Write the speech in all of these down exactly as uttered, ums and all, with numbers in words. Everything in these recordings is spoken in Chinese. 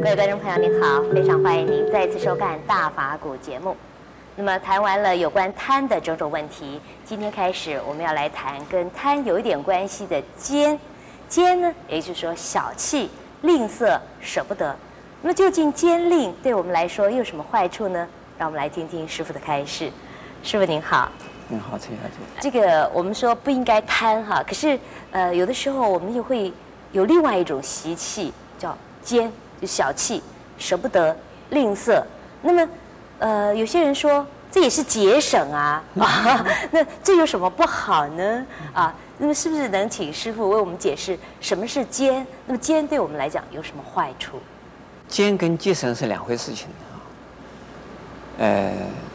各位观众朋友您好，非常欢迎您再次收看《大法古》节目。那么谈完了有关贪的种种问题，今天开始我们要来谈跟贪有一点关系的奸。奸呢，也就是说小气、吝啬、舍不得。那么究竟奸吝对我们来说又有什么坏处呢？让我们来听听师父的开示。师父您好。 您好，陈小姐。 这个我们说不应该贪哈，可是呃有的时候我们又会有另外一种习气，叫奸，就小气、舍不得、吝啬。那么呃有些人说这也是节省啊，啊那这有什么不好呢？啊，那么是不是能请师父为我们解释什么是奸？那么奸对我们来讲有什么坏处？ 奸跟节省是两回事情啊。呃，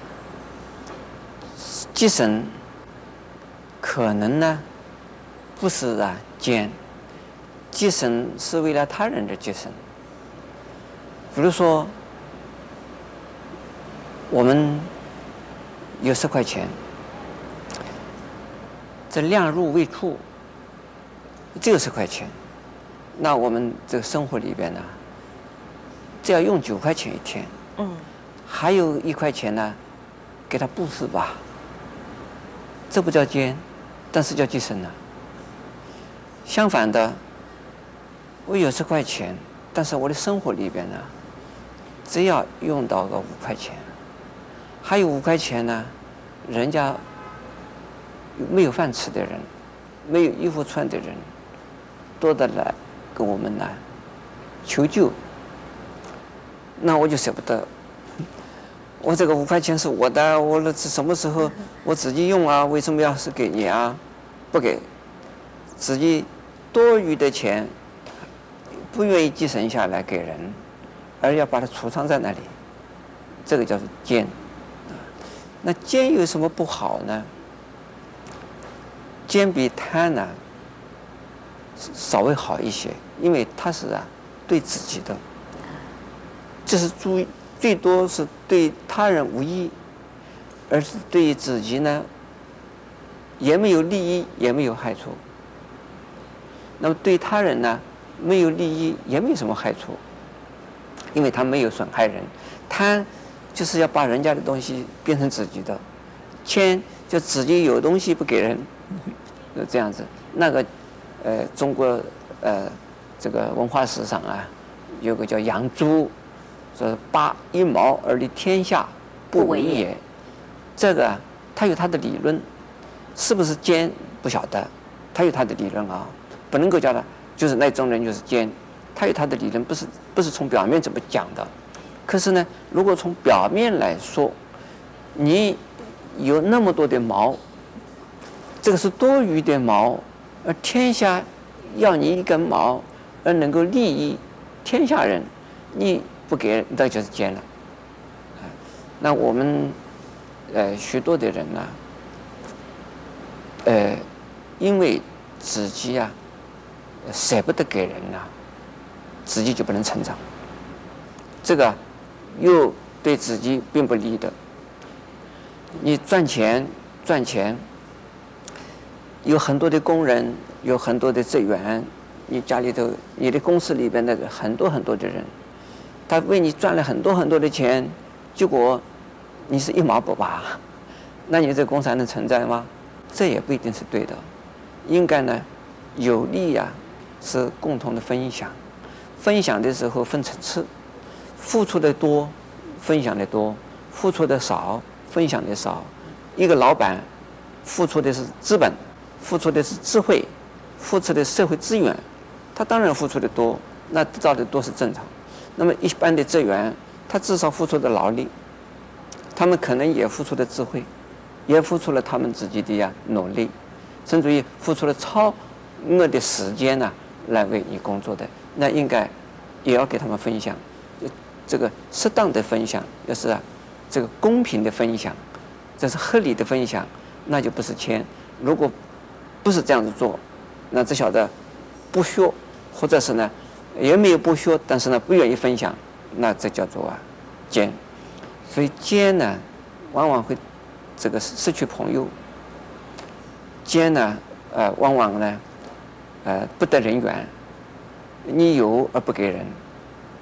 节省可能呢不是啊奸，节省是为了他人的节省。比如说，我们有十块钱，这量入为出，只有十块钱，那我们这个生活里边呢，只要用九块钱一天，嗯，还有一块钱呢，给他布施吧，这不叫奸，但是叫节省呢。相反的，我有十块钱，但是我的生活里边呢，只要用到个五块钱，还有五块钱呢，人家没有饭吃的人，没有衣服穿的人，多的来跟我们呢求救，那我就舍不得。我这个五块钱是我的，我那是什么时候我自己用啊？为什么要是给你啊？不给，自己多余的钱不愿意节省下来给人，而要把它储藏在那里，这个叫做奸。那奸有什么不好呢？奸比贪呢稍微好一些，因为它是啊对自己的，这是注意最多是对他人无益，而是对于自己呢也没有利益，也没有害处。那么对他人呢没有利益，也没有什么害处，因为他没有损害人。贪就是要把人家的东西变成自己的，谦就自己有东西不给人，就这样子。那个呃中国呃这个文化史上啊有个叫杨朱，说拔一毛而利天下不为也，这个他有他的理论，是不是奸不晓得，他有他的理论啊，不能够叫他就是那种人就是奸，他有他的理论，不是不是从表面怎么讲的。可是呢，如果从表面来说，你有那么多的毛，这个是多余的毛，而天下要你一根毛，而能够利益天下人，你不给人，那就是奸了。那我们呃许多的人呢，呃，因为自己啊舍不得给人呐、啊，自己就不能成长。这个又对自己并不利的。你赚钱赚钱，有很多的工人，有很多的职员，你家里头、你的公司里边的很多很多的人，他为你赚了很多很多的钱，结果你是一毛不拔，那你这公司还能存在吗？这也不一定是对的。应该呢，有利呀、啊，是共同的分享，分享的时候分层次。付出的多，分享的多；付出的少，分享的少。一个老板付出的是资本，付出的是智慧，付出的社会资源，他当然付出的多，那得到的多是正常。那么一般的职员，他至少付出的劳力，他们可能也付出的智慧，也付出了他们自己的呀努力，甚至于付出了超额的时间呢、啊、来为你工作的，那应该也要给他们分享。这个适当的分享，要是啊，这个公平的分享，这是合理的分享，那就不是谦。如果不是这样子做，那只晓得不学，或者是呢也没有不学，但是呢不愿意分享，那这叫做啊奸。所以奸呢，往往会这个失去朋友。奸呢，呃，往往呢，呃，不得人缘。你有而不给人。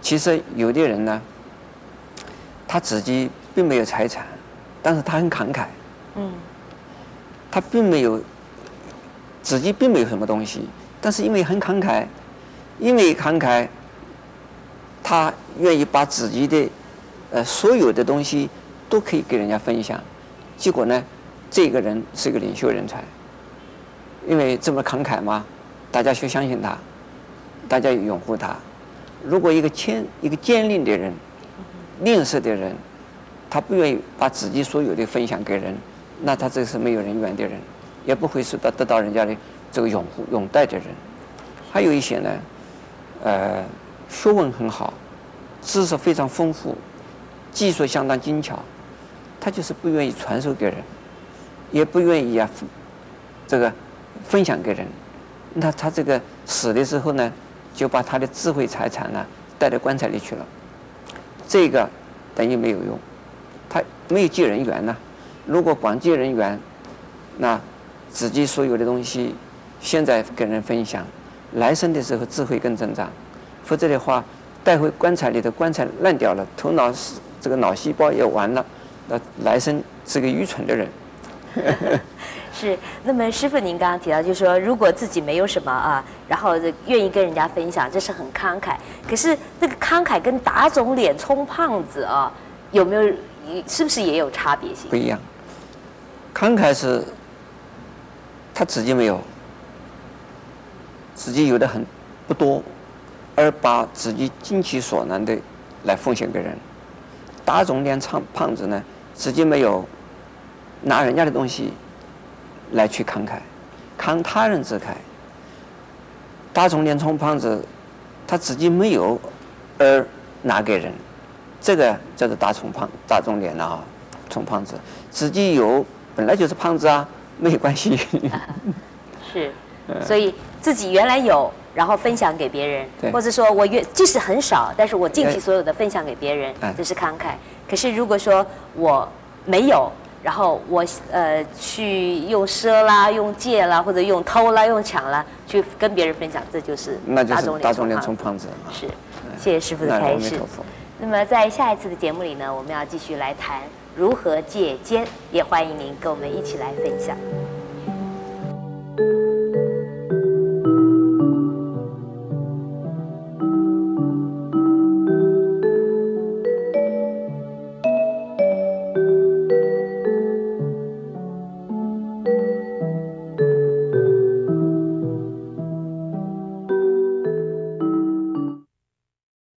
其实有的人呢，他自己并没有财产，但是他很慷慨。 嗯。 他并没有自己并没有什么东西，但是因为很慷慨，因为慷慨，他愿意把自己的呃所有的东西都可以给人家分享。结果呢，这个人是个领袖人才，因为这么慷慨嘛，大家就相信他，大家也拥护他。如果一个坚一个坚定的人、吝啬的人，他不愿意把自己所有的分享给人，那他这是没有人缘的人，也不会受到得到人家的这个拥护拥戴的人。还有一些呢，呃，学问很好，知识非常丰富，技术相当精巧，他就是不愿意传授给人，也不愿意啊，这个分享给人。那他这个死的时候呢，就把他的智慧财产呢带到棺材里去了，这个等于没有用，他没有结人缘呢。如果光结人缘，那自己所有的东西现在跟人分享，来生的时候智慧更增长。否则的话，带回棺材里的棺材烂掉了，头脑是这个脑细胞也完了，那来生是个愚蠢的人。 是，那么师父您刚刚提到，就是说如果自己没有什么啊，然后愿意跟人家分享，这是很慷慨。可是那个慷慨跟打肿脸充胖子啊，有没有是不是也有差别性？ 不一样。慷慨是他自己没有，自己有的很不多，而把自己尽其所能的来奉献给人。打肿脸充胖子呢，自己没有，拿人家的东西来去慷慨，慷他人之慨。打肿脸充胖子，他自己没有而拿给人，这个叫做打肿胖打肿脸了啊，充胖子。自己有本来就是胖子啊，没有关系。 是，所以自己原来有，然后分享给别人，或者说我原即使很少，但是我尽其所有的分享给别人，这是慷慨。可是如果说我没有，然后我呃去用赊啦、用借啦，或者用偷啦、用抢啦，去跟别人分享，这就是打肿打肿脸充胖子。 是，谢谢师父的开示。那么在下一次的节目里呢，我们要继续来谈如何戒奸，也欢迎您跟我们一起来分享。